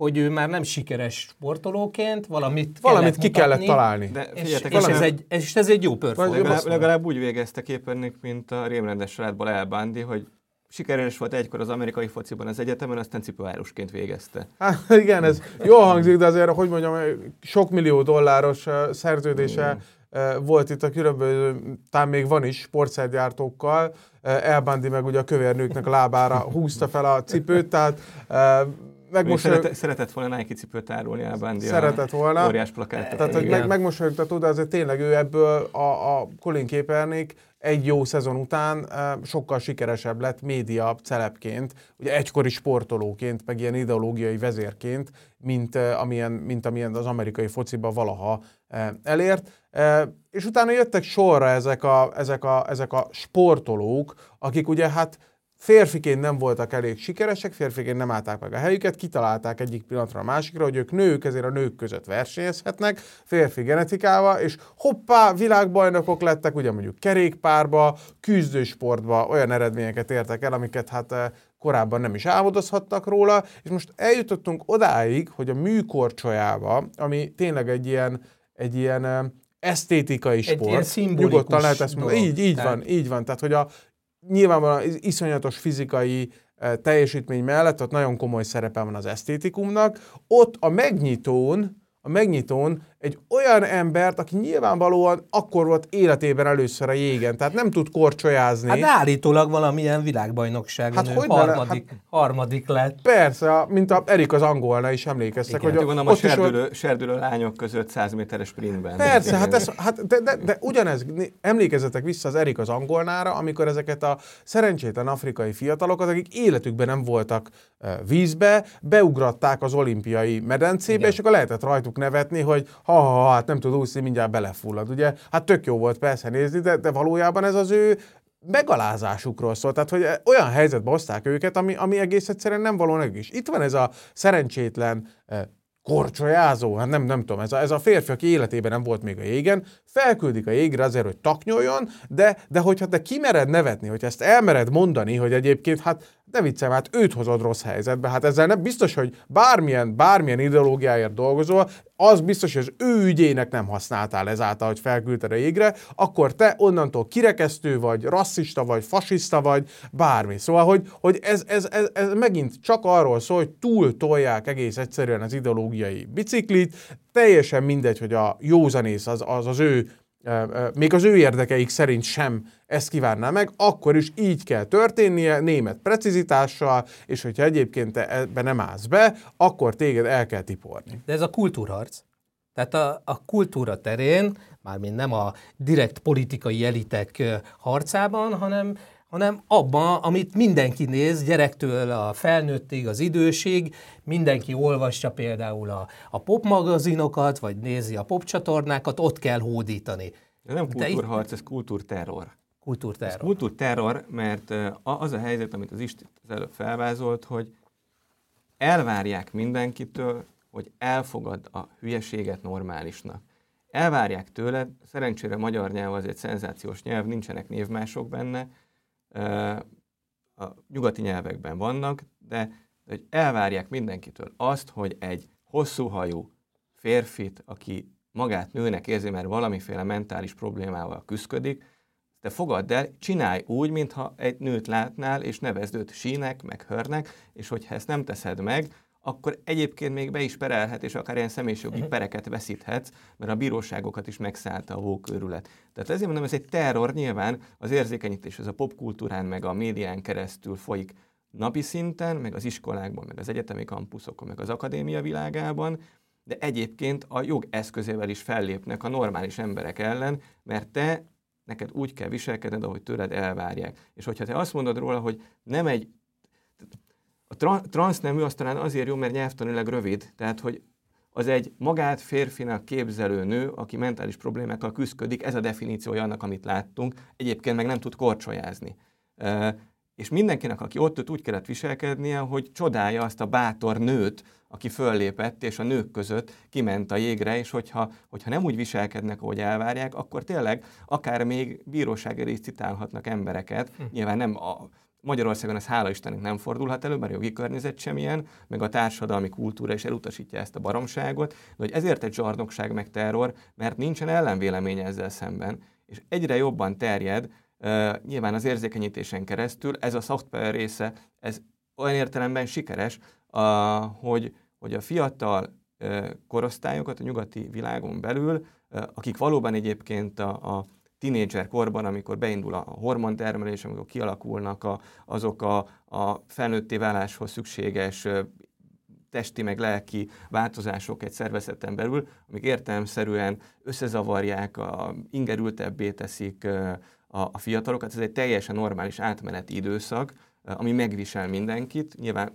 Speaker 1: hogy ő már nem sikeres sportolóként, valamit
Speaker 2: ki kellett találni.
Speaker 3: De
Speaker 1: és ez egy jó performance.
Speaker 3: Legalább úgy végezte Kaepernick, mint a rémrendes családból Al Bundy, hogy sikeres volt egykor az amerikai fociban az egyetemen, aztán cipőárusként végezte.
Speaker 2: Hát igen, ez jól hangzik, de azért, hogy mondjam, sok millió dolláros szerződése volt itt a különböző, talán még van is sportszergyártókkal. Al Bundy meg ugye a kövérnőknek a lábára húzta fel a cipőt, tehát
Speaker 3: szeretett volna Nike cipőt árulni Al Bundy.
Speaker 2: Szeretett volna.
Speaker 3: Óriás plakát.
Speaker 2: Tehát, hogy megmosolyogtató, de azért tényleg ő ebből a Colin Kaepernick egy jó szezon után sokkal sikeresebb lett média celebként, ugye egykori sportolóként, meg ilyen ideológiai vezérként, mint amilyen az amerikai fociban valaha elért. És utána jöttek sorra ezek a sportolók, akik ugye hát férfiként nem voltak elég sikeresek, férfiként nem állták meg a helyüket, kitalálták egyik pillanatra a másikra, hogy ők nők, ezért a nők között versenyezhetnek, férfi genetikával, és hoppá, világbajnokok lettek, ugye mondjuk kerékpárba, küzdősportba olyan eredményeket értek el, amiket hát korábban nem is álmodozhattak róla, és most eljutottunk odáig, hogy a műkorcsolyába, ami tényleg egy ilyen esztétikai sport,
Speaker 1: ilyen szimbolikus
Speaker 2: nyugodtan lehet ezt mondani, így van, tehát hogy nyilvánvalóan az iszonyatos fizikai teljesítmény mellett ott nagyon komoly szerepe van az esztétikumnak. Ott a megnyitón egy olyan embert, aki nyilvánvalóan akkor volt életében először a jégen, tehát nem tud korcsolyázni.
Speaker 1: Hát állítólag valamilyen világbajnokságon harmadik lett.
Speaker 2: Persze, mint a Erik az angolna is emlékeztek.
Speaker 3: Igen, hogy a serdülő lányok között 100 méteres sprintben.
Speaker 2: Persze, de ugyanez, emlékezzetek vissza az Erik az angolnára, amikor ezeket a szerencsétlen afrikai fiatalokat, akik életükben nem voltak vízbe, beugratták az olimpiai medencébe, igen. És akkor lehetett rajtuk nevetni, hogy hát nem tud úszni, mindjárt belefullad, ugye? Hát tök jó volt persze nézni, de valójában ez az ő megalázásukról szól, tehát hogy olyan helyzetbe hozták őket, ami egész egyszerűen nem való nekik is. Itt van ez a szerencsétlen korcsolyázó, hát nem tudom, ez a férfi, aki életében nem volt még a jégen, felküldik a jégre azért, hogy taknyoljon, de hogyha te kimered nevetni, hogy ezt elmered mondani, hogy egyébként hát ne viccelj, hát őt hozod rossz helyzetbe, hát ezzel nem biztos, hogy bármilyen ideológiáért dolgozol, az biztos, hogy az ő ügyének nem használtál ezáltal, hogy felküldted a jégre, akkor te onnantól kirekesztő vagy, rasszista vagy, fasiszta vagy, bármi. Szóval, hogy ez megint csak arról szól, hogy túl tolják egész egyszerűen az ideológiai biciklit, teljesen mindegy, hogy a józanész az ő, még az ő érdekeik szerint sem ezt kívánná meg, akkor is így kell történnie, német precizitással, és hogyha egyébként te ebbe nem állsz be, akkor téged el kell tiporni.
Speaker 1: De ez a kultúrharc. Tehát a kultúra terén, mármint nem a direkt politikai elitek harcában, hanem abban, amit mindenki néz, gyerektől a felnőttig, az idősig, mindenki olvassa például a popmagazinokat, vagy nézi a popcsatornákat, ott kell hódítani.
Speaker 3: Ez nem kultúrharc, ez kultúrterror.
Speaker 1: Kultúrterror.
Speaker 3: Ez kultúrterror, mert az a helyzet, amit az István az előbb felvázolt, hogy elvárják mindenkitől, hogy elfogad a hülyeséget normálisnak. Elvárják tőled, szerencsére magyar nyelv az egy szenzációs nyelv, nincsenek névmások benne, a nyugati nyelvekben vannak, de hogy elvárják mindenkitől azt, hogy egy hosszúhajú férfit, aki magát nőnek érzi, mert valamiféle mentális problémával küszködik, te fogadd el, csinálj úgy, mintha egy nőt látnál, és nevezd őt sínek, meg hörnek, és hogyha ezt nem teszed meg, akkor egyébként még be is perelhet, és akár ilyen személyiségjogi pereket veszíthetsz, mert a bíróságokat is megszállta a hókőrület. Tehát ezért mondom, ez egy terror, nyilván az érzékenyítés, ez a popkultúrán, meg a médián keresztül folyik napi szinten, meg az iskolákban, meg az egyetemi kampuszokon, meg az akadémia világában, de egyébként a jog eszközével is fellépnek a normális emberek ellen, mert neked úgy kell viselkedned, ahogy tőled elvárják. És hogyha te azt mondod róla, hogy nem egy a transznemű az talán azért jó, mert nyelvtanilag rövid, tehát hogy az egy magát férfinak képzelő nő, aki mentális problémákkal küszködik, ez a definíciója annak, amit láttunk, egyébként meg nem tud korcsolyázni. És mindenkinek, aki ott úgy kellett viselkednie, hogy csodálja azt a bátor nőt, aki föllépett, és a nők között kiment a jégre, és hogyha nem úgy viselkednek, ahogy elvárják, akkor tényleg akár még bíróság elé citálhatnak embereket. Nyilván nem Magyarországon ez hála Istennek nem fordulhat elő, mert a jogi környezet sem ilyen, meg a társadalmi kultúra is elutasítja ezt a baromságot, de hogy ezért egy zsarnokság meg terror, mert nincsen ellenvéleménye ezzel szemben, és egyre jobban terjed, nyilván az érzékenyítésen keresztül, ez a soft power része, ez olyan értelemben sikeres, hogy a fiatal korosztályokat a nyugati világon belül, akik valóban egyébként a tínédzser korban, amikor beindul a hormontermelés, amikor kialakulnak azok a felnőtté váláshoz szükséges testi meg lelki változások egy szervezeten belül, amik értelemszerűen összezavarják, ingerültebbé teszik a fiatalokat. Ez egy teljesen normális átmeneti időszak, ami megvisel mindenkit. Nyilván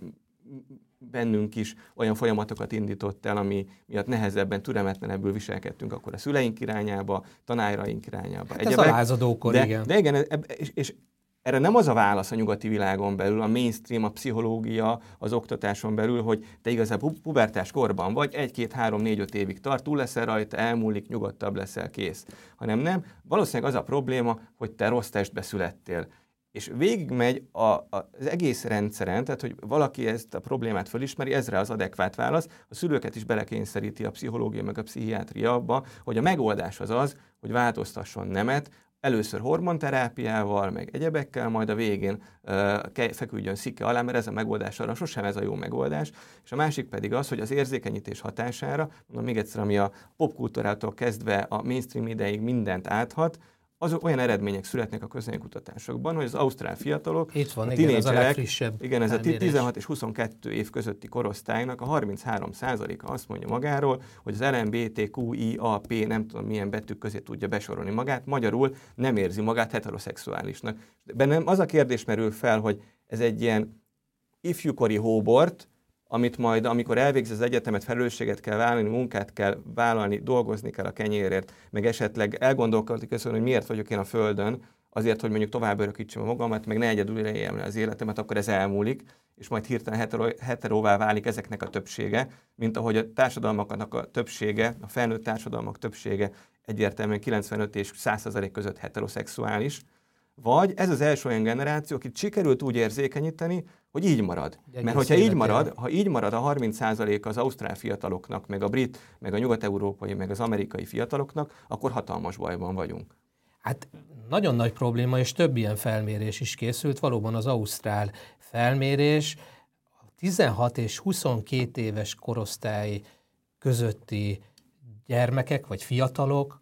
Speaker 3: bennünk is olyan folyamatokat indított el, ami miatt nehezebben, türelmetlenebbül viselkedtünk akkor a szüleink irányába, tanáraink irányába.
Speaker 1: Hát ez a lázadókor, igen.
Speaker 3: De igen, és erre nem az a válasz a nyugati világon belül, a mainstream, a pszichológia, az oktatáson belül, hogy te igazából pubertás korban vagy, 1, 2, 3, 4, 5 évig tart, túl leszel rajta, elmúlik, nyugodtabb leszel, kész. Hanem nem, valószínűleg az a probléma, hogy te rossz testbe születtél. És végigmegy az egész rendszeren, tehát hogy valaki ezt a problémát fölismeri, ezre az adekvát válasz, a szülőket is belekényszeríti a pszichológia meg a pszichiátria abba, hogy a megoldás az, hogy változtasson nemet, először hormonterápiával, meg egyebekkel, majd a végén feküdjön szikke alá, mert ez a megoldás arra sosem ez a jó megoldás. És a másik pedig az, hogy az érzékenyítés hatására, mondom még egyszer, ami a popkultúrától kezdve a mainstream ideig mindent áthat, azok olyan eredmények születnek a közönkutatásokban, hogy az ausztrál fiatalok,
Speaker 1: itt van,
Speaker 3: a
Speaker 1: igen, ez a legfrissebb
Speaker 3: igen, ez a
Speaker 1: felmérés.
Speaker 3: 16 és 22 év közötti korosztálynak a 33%-a azt mondja magáról, hogy az LMBTQIAP nem tudom milyen betűk közé tudja besorolni magát, magyarul nem érzi magát heteroszexuálisnak. Bennem az a kérdés merül fel, hogy ez egy ilyen ifjúkori hóbort, amit majd, amikor elvégzi az egyetemet, felelősséget kell vállalni, munkát kell vállalni, dolgozni kell a kenyérért, meg esetleg elgondolkodik azon, hogy miért vagyok én a Földön, azért, hogy mondjuk tovább örökítsem a magamat, meg ne egyedül éljem le az életemet, akkor ez elmúlik, és majd hirtelen heteróvá válik ezeknek a többsége, mint ahogy a társadalmaknak a többsége, a felnőtt társadalmak többsége egyértelműen 95 és 100% között heteroszexuális, vagy ez az első olyan generáció, akit sikerült úgy érzékenyíteni, hogy így marad. Mert hogyha így marad a 30% az ausztrál fiataloknak, meg a brit, meg a nyugat-európai, meg az amerikai fiataloknak, akkor hatalmas bajban vagyunk.
Speaker 1: Hát nagyon nagy probléma, és több ilyen felmérés is készült. Valóban az ausztrál felmérés 16 és 22 éves korosztály közötti gyermekek vagy fiatalok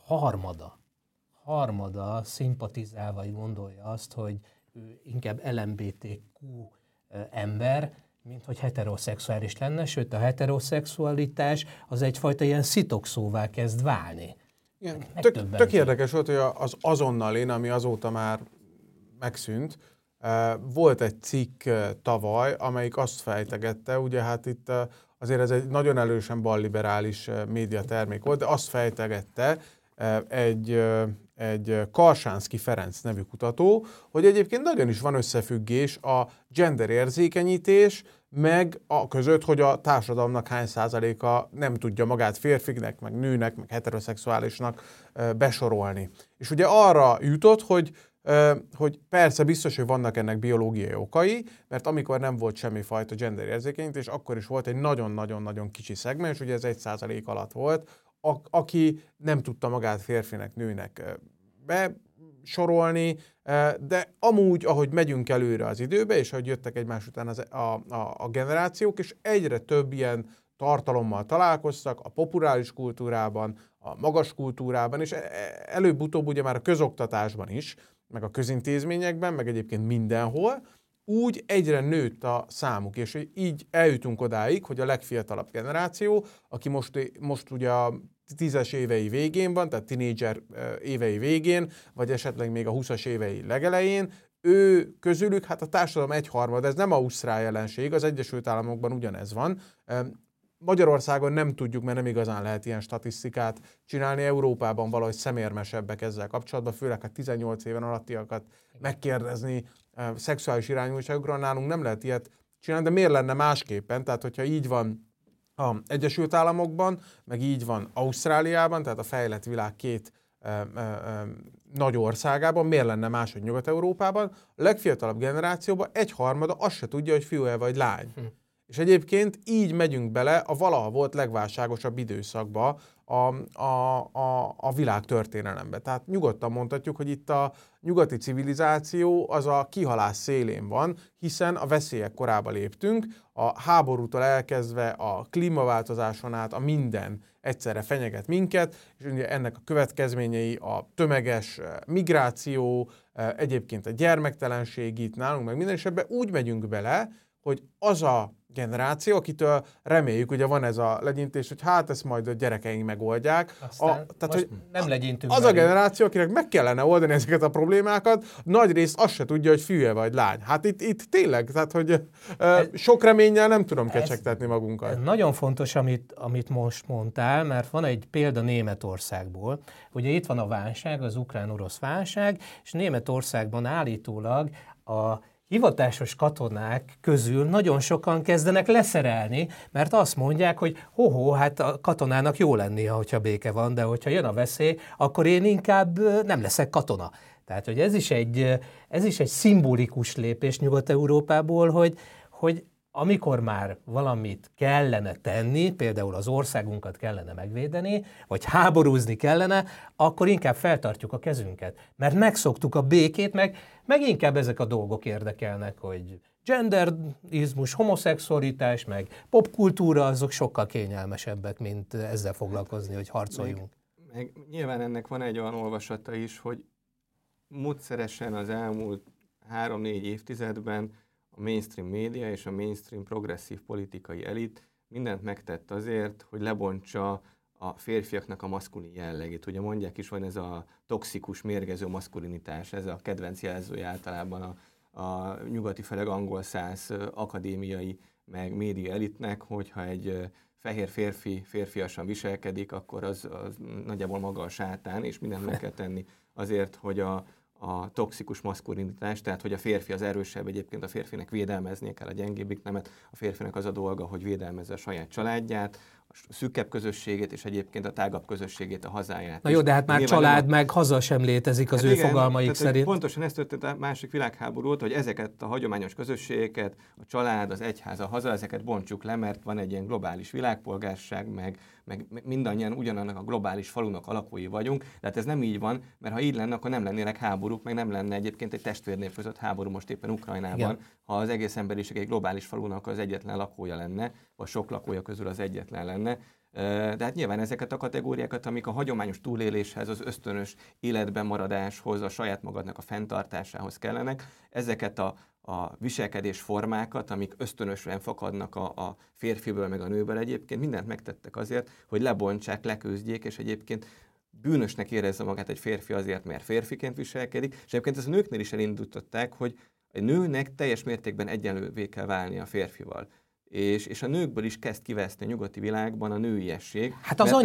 Speaker 1: harmada szimpatizál vagy gondolja azt, hogy ő inkább LMBTQ ember, mint hogy heteroszexuális lenne, sőt a heteroszexualitás az egyfajta ilyen szitokszóvá kezd válni.
Speaker 2: Igen, tök érdekes volt, hogy az azonnalin, ami azóta már megszűnt, volt egy cikk tavaly, amelyik azt fejtegette, ugye hát itt azért ez egy nagyon erősen balliberális médiatermék volt, de azt fejtegette egy Karsánszky Ferenc nevű kutató, hogy egyébként nagyon is van összefüggés a gender érzékenyítés, meg a között, hogy a társadalomnak hány százaléka nem tudja magát férfinek, meg nőnek, meg heteroszexuálisnak besorolni. És ugye arra jutott, hogy persze biztos, hogy vannak ennek biológiai okai, mert amikor nem volt semmifajta gender érzékenyítés, akkor is volt egy nagyon-nagyon-nagyon kicsi szegmens, ugye ez 1% alatt volt, aki nem tudta magát férfinek, nőnek besorolni, de amúgy, ahogy megyünk előre az időbe, és ahogy jöttek egymás után a generációk, és egyre több ilyen tartalommal találkoztak a populáris kultúrában, a magas kultúrában, és előbb-utóbb ugye már a közoktatásban is, meg a közintézményekben, meg egyébként mindenhol, úgy egyre nőtt a számuk, és így eljutunk odáig, hogy a legfiatalabb generáció, aki most ugye a 10-es évei végén van, tehát tinédzser évei végén, vagy esetleg még a 20-as évei legelején, ő közülük, hát a társadalom egyharmad, ez nem ausztrál jelenség, az Egyesült Államokban ugyanez van. Magyarországon nem tudjuk, mert nem igazán lehet ilyen statisztikát csinálni. Európában valahogy szemérmesebbek ezzel kapcsolatban, főleg a 18 éven alattiakat megkérdezni szexuális irányultságukról, nálunk nem lehet ilyet csinálni, de miért lenne másképpen? Tehát, hogyha így van az Egyesült Államokban, meg így van Ausztráliában, tehát a fejlett világ két nagy országában, miért lenne máshogy Nyugat-Európában, a legfiatalabb generációban 1/3 azt se tudja, hogy fiú-e vagy lány. És egyébként így megyünk bele a valaha volt legválságosabb időszakba a világ történelembe. Tehát nyugodtan mondhatjuk, hogy itt a nyugati civilizáció az a kihalás szélén van, hiszen a veszélyek korába léptünk, a háborútól elkezdve a klímaváltozáson át a minden egyszerre fenyeget minket, és ugye ennek a következményei a tömeges migráció, egyébként a gyermektelenség itt nálunk, meg minden, és ebbe úgy megyünk bele, hogy az a generáció, akitől reméljük, ugye van ez a legyintés, hogy hát ezt majd a gyerekeink megoldják.
Speaker 1: Tehát, hogy nem legyintünk.
Speaker 2: Az a generáció, akinek meg kellene oldani ezeket a problémákat, nagy részt azt se tudja, hogy fiú vagy lány. Hát itt tényleg, tehát hogy sok reménnyel nem tudom kecsegtetni magunkat.
Speaker 1: Nagyon fontos, amit most mondtál, mert van egy példa Németországból. Ugye itt van a válság, az ukrán-orosz válság, és Németországban állítólag a hivatásos katonák közül nagyon sokan kezdenek leszerelni, mert azt mondják, hogy hát a katonának jó lennie, hogyha béke van, de hogyha jön a veszély, akkor én inkább nem leszek katona. Tehát, hogy ez is egy szimbolikus lépés Nyugat-Európából, hogy amikor már valamit kellene tenni, például az országunkat kellene megvédeni, vagy háborúzni kellene, akkor inkább feltartjuk a kezünket. Mert megszoktuk a békét, meg inkább ezek a dolgok érdekelnek, hogy genderizmus, homoszexualitás, meg popkultúra, azok sokkal kényelmesebbek, mint ezzel foglalkozni, hogy harcoljunk.
Speaker 3: Meg nyilván ennek van egy olyan olvasata is, hogy módszeresen az elmúlt 3-4 évtizedben a mainstream média és a mainstream progresszív politikai elit mindent megtett azért, hogy lebontsa a férfiaknak a maszkulin jellegét. Ugye mondják is, van ez a toxikus, mérgező maszkulinitás, ez a kedvenc jelzője általában a nyugati főleg angol száz akadémiai meg média elitnek, hogyha egy fehér férfi férfiasan viselkedik, akkor az nagyjából maga a sátán, és mindent meg kell tenni azért, hogy a toxikus maszkulinitás, tehát hogy a férfi az erősebb, egyébként a férfinek védelmeznie kell a gyengébbik nemet, a férfinek az a dolga, hogy védelmezze a saját családját, a szűkebb közösségét, és egyébként a tágabb közösségét, a hazáját.
Speaker 1: Na jó, de hát már család meg haza sem létezik az ő fogalmaik szerint.
Speaker 3: Pontosan ez történt a második világháború óta, hogy ezeket a hagyományos közösségeket, a család, az egyház, a haza, ezeket bontsuk le, mert van egy ilyen globális világpolgárság, meg mindannyian ugyanannak a globális falunak alakúi vagyunk, de hát ez nem így van, mert ha így lenne, akkor nem lennének háborúk, meg nem lenne egyébként egy testvérnév között háború most éppen Ukrajnában, igen, ha az egész emberiség egy globális falunak az egyetlen lakója lenne, vagy sok lakója közül az egyetlen lenne. De hát nyilván ezeket a kategóriákat, amik a hagyományos túléléshez, az ösztönös életben maradáshoz, a saját magadnak a fenntartásához kellenek, ezeket a viselkedés formákat, amik ösztönösen fakadnak a férfiből meg a nőből egyébként, mindent megtettek azért, hogy lebontsák, leküzdjék, és egyébként bűnösnek érezze magát egy férfi azért, mert férfiként viselkedik, és egyébként ezt a nőknél is elindították, hogy a nőnek teljes mértékben egyenlővé kell válni a férfival. És a nőkből is kezd kiveszni a nyugati világban a nőiesség.
Speaker 1: Hát az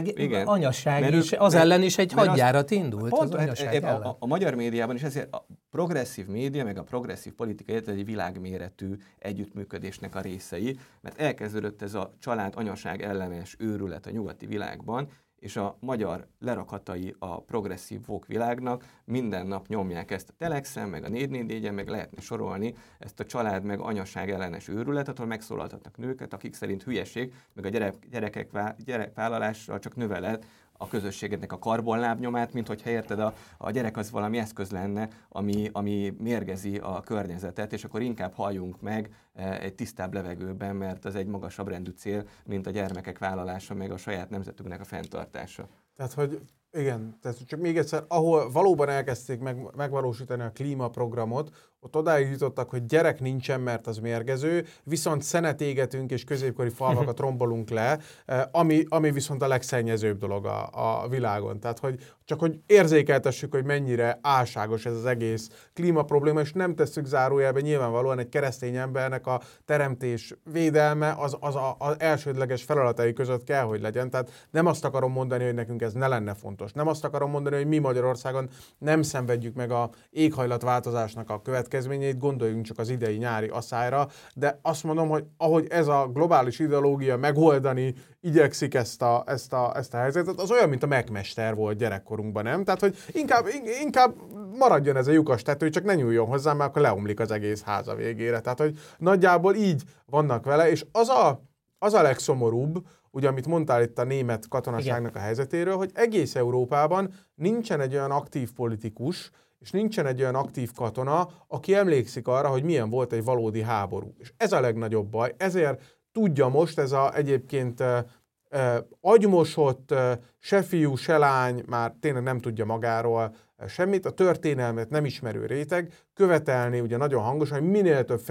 Speaker 1: anyaság is, az ellen is egy hadjárat indult.
Speaker 3: Pont, a magyar médiában is ezért a progresszív média, meg a progresszív politika egy világméretű együttműködésnek a részei, mert elkezdődött ez a család anyaság ellenes őrület a nyugati világban, és a magyar lerakatai a progresszív woke világnak minden nap nyomják ezt a Telexen, meg a 444-en, meg lehetne sorolni ezt a család meg anyaság ellenes őrületet, ahol megszólaltatnak nőket, akik szerint hülyeség, meg a gyerekvállalással csak növeled a közösségednek a karbonlábnyomát, mint hogyha érted, a gyerek az valami eszköz lenne, ami mérgezi a környezetet, és akkor inkább halljunk meg egy tisztább levegőben, mert az egy magasabb rendű cél, mint a gyermekek vállalása, meg a saját nemzetünknek a fenntartása.
Speaker 2: Tehát, hogy igen, tehát csak még egyszer, ahol valóban elkezdték megvalósítani a klímaprogramot, ott odáig jutottak, hogy gyerek nincsen, mert az mérgező, viszont szenet égetünk és középkori falvakat rombolunk le, ami viszont a legszennyezőbb dolog a világon. Tehát, hogy érzékeltessük, hogy mennyire álságos ez az egész klímaprobléma, és nem tesszük zárójelbe, nyilvánvalóan egy keresztény embernek a teremtés védelme az elsődleges feladatai között kell, hogy legyen. Tehát nem azt akarom mondani, hogy nekünk ez ez ne lenne fontos. Nem azt akarom mondani, hogy mi Magyarországon nem szenvedjük meg a éghajlatváltozásnak a következményeit, gondoljunk csak az idei nyári asszályra, de azt mondom, hogy ahogy ez a globális ideológia megoldani igyekszik ezt a helyzetet, az olyan, mint a megmester volt gyerekkorunkban, nem? Tehát, hogy inkább maradjon ez a lyukas tető, csak ne nyúljon hozzá, mert akkor leomlik az egész háza végére. Tehát, hogy nagyjából így vannak vele, és az a legszomorúbb, ugye, amit mondtál itt a német katonaságnak a helyzetéről, hogy egész Európában nincsen egy olyan aktív politikus, és nincsen egy olyan aktív katona, aki emlékszik arra, hogy milyen volt egy valódi háború. És ez a legnagyobb baj. Ezért tudja most ez egyébként agymosott, se fiú, se lány, már tényleg nem tudja magáról semmit, a történelmet nem ismerő réteg követelni ugye nagyon hangosan, hogy minél több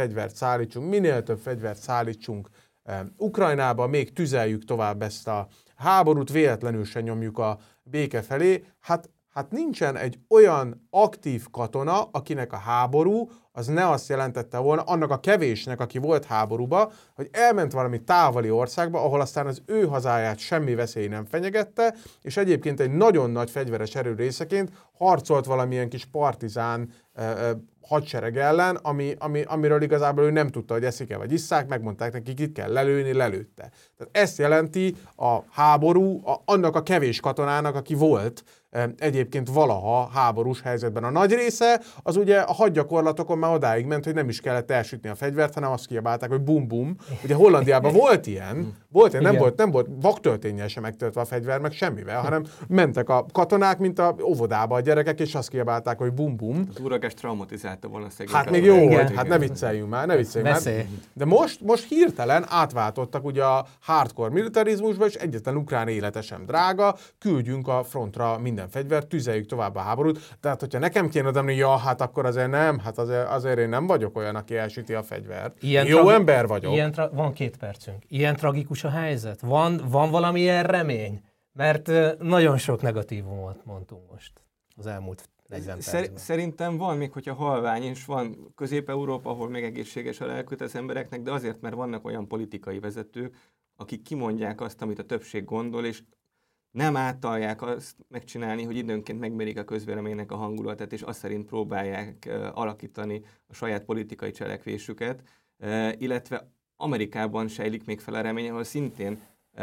Speaker 2: fegyvert szállítsunk Ukrajnába, még tüzeljük tovább ezt a háborút, véletlenül se nyomjuk a béke felé. Hát nincsen egy olyan aktív katona, akinek a háború az ne azt jelentette volna, annak a kevésnek, aki volt háborúba, hogy elment valami távoli országba, ahol aztán az ő hazáját semmi veszély nem fenyegette, és egyébként egy nagyon nagy fegyveres erő részeként harcolt valamilyen kis partizán hadsereg ellen, amiről igazából ő nem tudta, hogy eszik-e vagy isszák, megmondták nekik, itt kell lelőni, lelőtte. Tehát ezt jelenti a háború annak a kevés katonának, aki volt egyébként valaha háborús helyzetben. A nagy része az ugye a hadgyakorlatokon már odáig ment, hogy nem is kellett elsütni a fegyvert, hanem azt kiabálták, hogy bum-bum. Ugye Hollandiában volt ilyen, nem volt vaktölténnyel sem megtöltve a fegyver, meg semmivel, hanem mentek a katonák, mint a óvodába a gyerekek, és azt kiabálták, hogy bum-bum.
Speaker 3: Az úragás traumatizálta volna szegény.
Speaker 2: Hát még jó volt, hát ne vicceljünk már, De most hirtelen átváltottak ugye a hardcore militarizmusba, és egyetlen ukrán élete sem drága, küldjünk a frontra minden fegyvert, tüzeljük tovább a háborút. Tehát, hogyha nekem kéne adni, ja, hát akkor azért nem, hát azért én nem vagyok olyan, aki elsüti a fegyvert. Jó ember vagyok.
Speaker 1: Van 2 percünk. Ilyen tragikus a helyzet? Van valamilyen remény? Mert nagyon sok negatívumot mondtunk most az elmúlt 40 percben.
Speaker 3: Szerintem van, még hogyha halvány, és van Közép-Európa, ahol még egészséges a lelküt az embereknek, de azért, mert vannak olyan politikai vezetők, akik kimondják azt, amit a többség gondol, és nem átalják azt megcsinálni, hogy időnként megmérik a közvéleménynek a hangulatát, és azt szerint próbálják alakítani a saját politikai cselekvésüket, illetve Amerikában sejlik még fel a remény, ahol szintén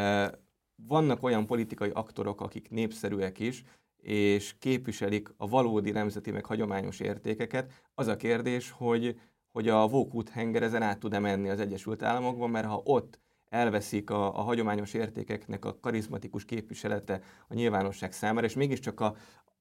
Speaker 3: vannak olyan politikai aktorok, akik népszerűek is, és képviselik a valódi nemzeti meg hagyományos értékeket. Az a kérdés, hogy a woke úthenger ezen át tud-e menni az Egyesült Államokban, mert ha ott elveszik a hagyományos értékeknek a karizmatikus képviselete a nyilvánosság számára, és mégiscsak a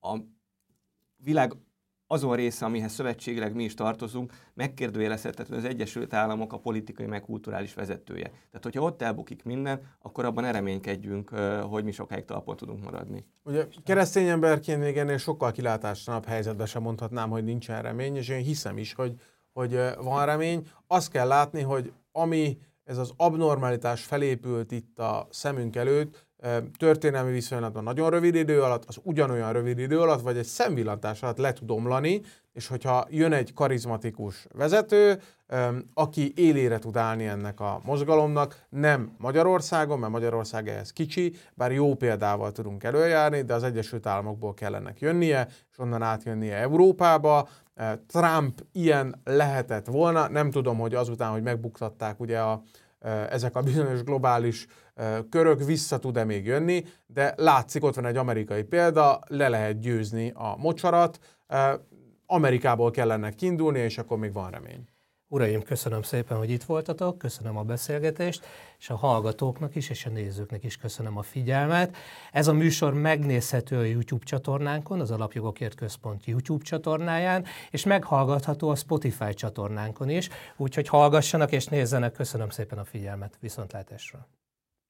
Speaker 3: világ azon része, amihez szövetségileg mi is tartozunk, megkérdőjelezhetetlen az Egyesült Államok a politikai meg kulturális vezetője. Tehát, hogyha ott elbukik minden, akkor abban ne reménykedjünk, hogy mi sokáig talpon tudunk maradni.
Speaker 2: Ugye keresztény emberként még ennél sokkal kilátástalanabb helyzetben sem mondhatnám, hogy nincsen remény, és én hiszem is, hogy van remény. Azt kell látni, hogy ami ez az abnormalitás felépült itt a szemünk előtt, történelmi viszonylatban nagyon rövid idő alatt, az ugyanolyan rövid idő alatt, vagy egy szemvillantás alatt le tud omlani, és hogyha jön egy karizmatikus vezető, aki élére tud állni ennek a mozgalomnak, nem Magyarországon, mert Magyarország ehhez kicsi, bár jó példával tudunk előjárni, de az Egyesült Államokból kell ennek jönnie, és onnan átjönnie Európába. Trump ilyen lehetett volna, nem tudom, hogy azután, hogy megbuktatták ugye ezek a bizonyos globális körök, vissza tud-e még jönni, de látszik, ott van egy amerikai példa, le lehet győzni a mocsarat, Amerikából kellene kiindulni, és akkor még van remény.
Speaker 1: Uraim, köszönöm szépen, hogy itt voltatok, köszönöm a beszélgetést, és a hallgatóknak is, és a nézőknek is köszönöm a figyelmet. Ez a műsor megnézhető a YouTube csatornánkon, az Alapjogokért Központ YouTube csatornáján, és meghallgatható a Spotify csatornánkon is, úgyhogy hallgassanak és nézzenek. Köszönöm szépen a figyelmet, viszontlátásra!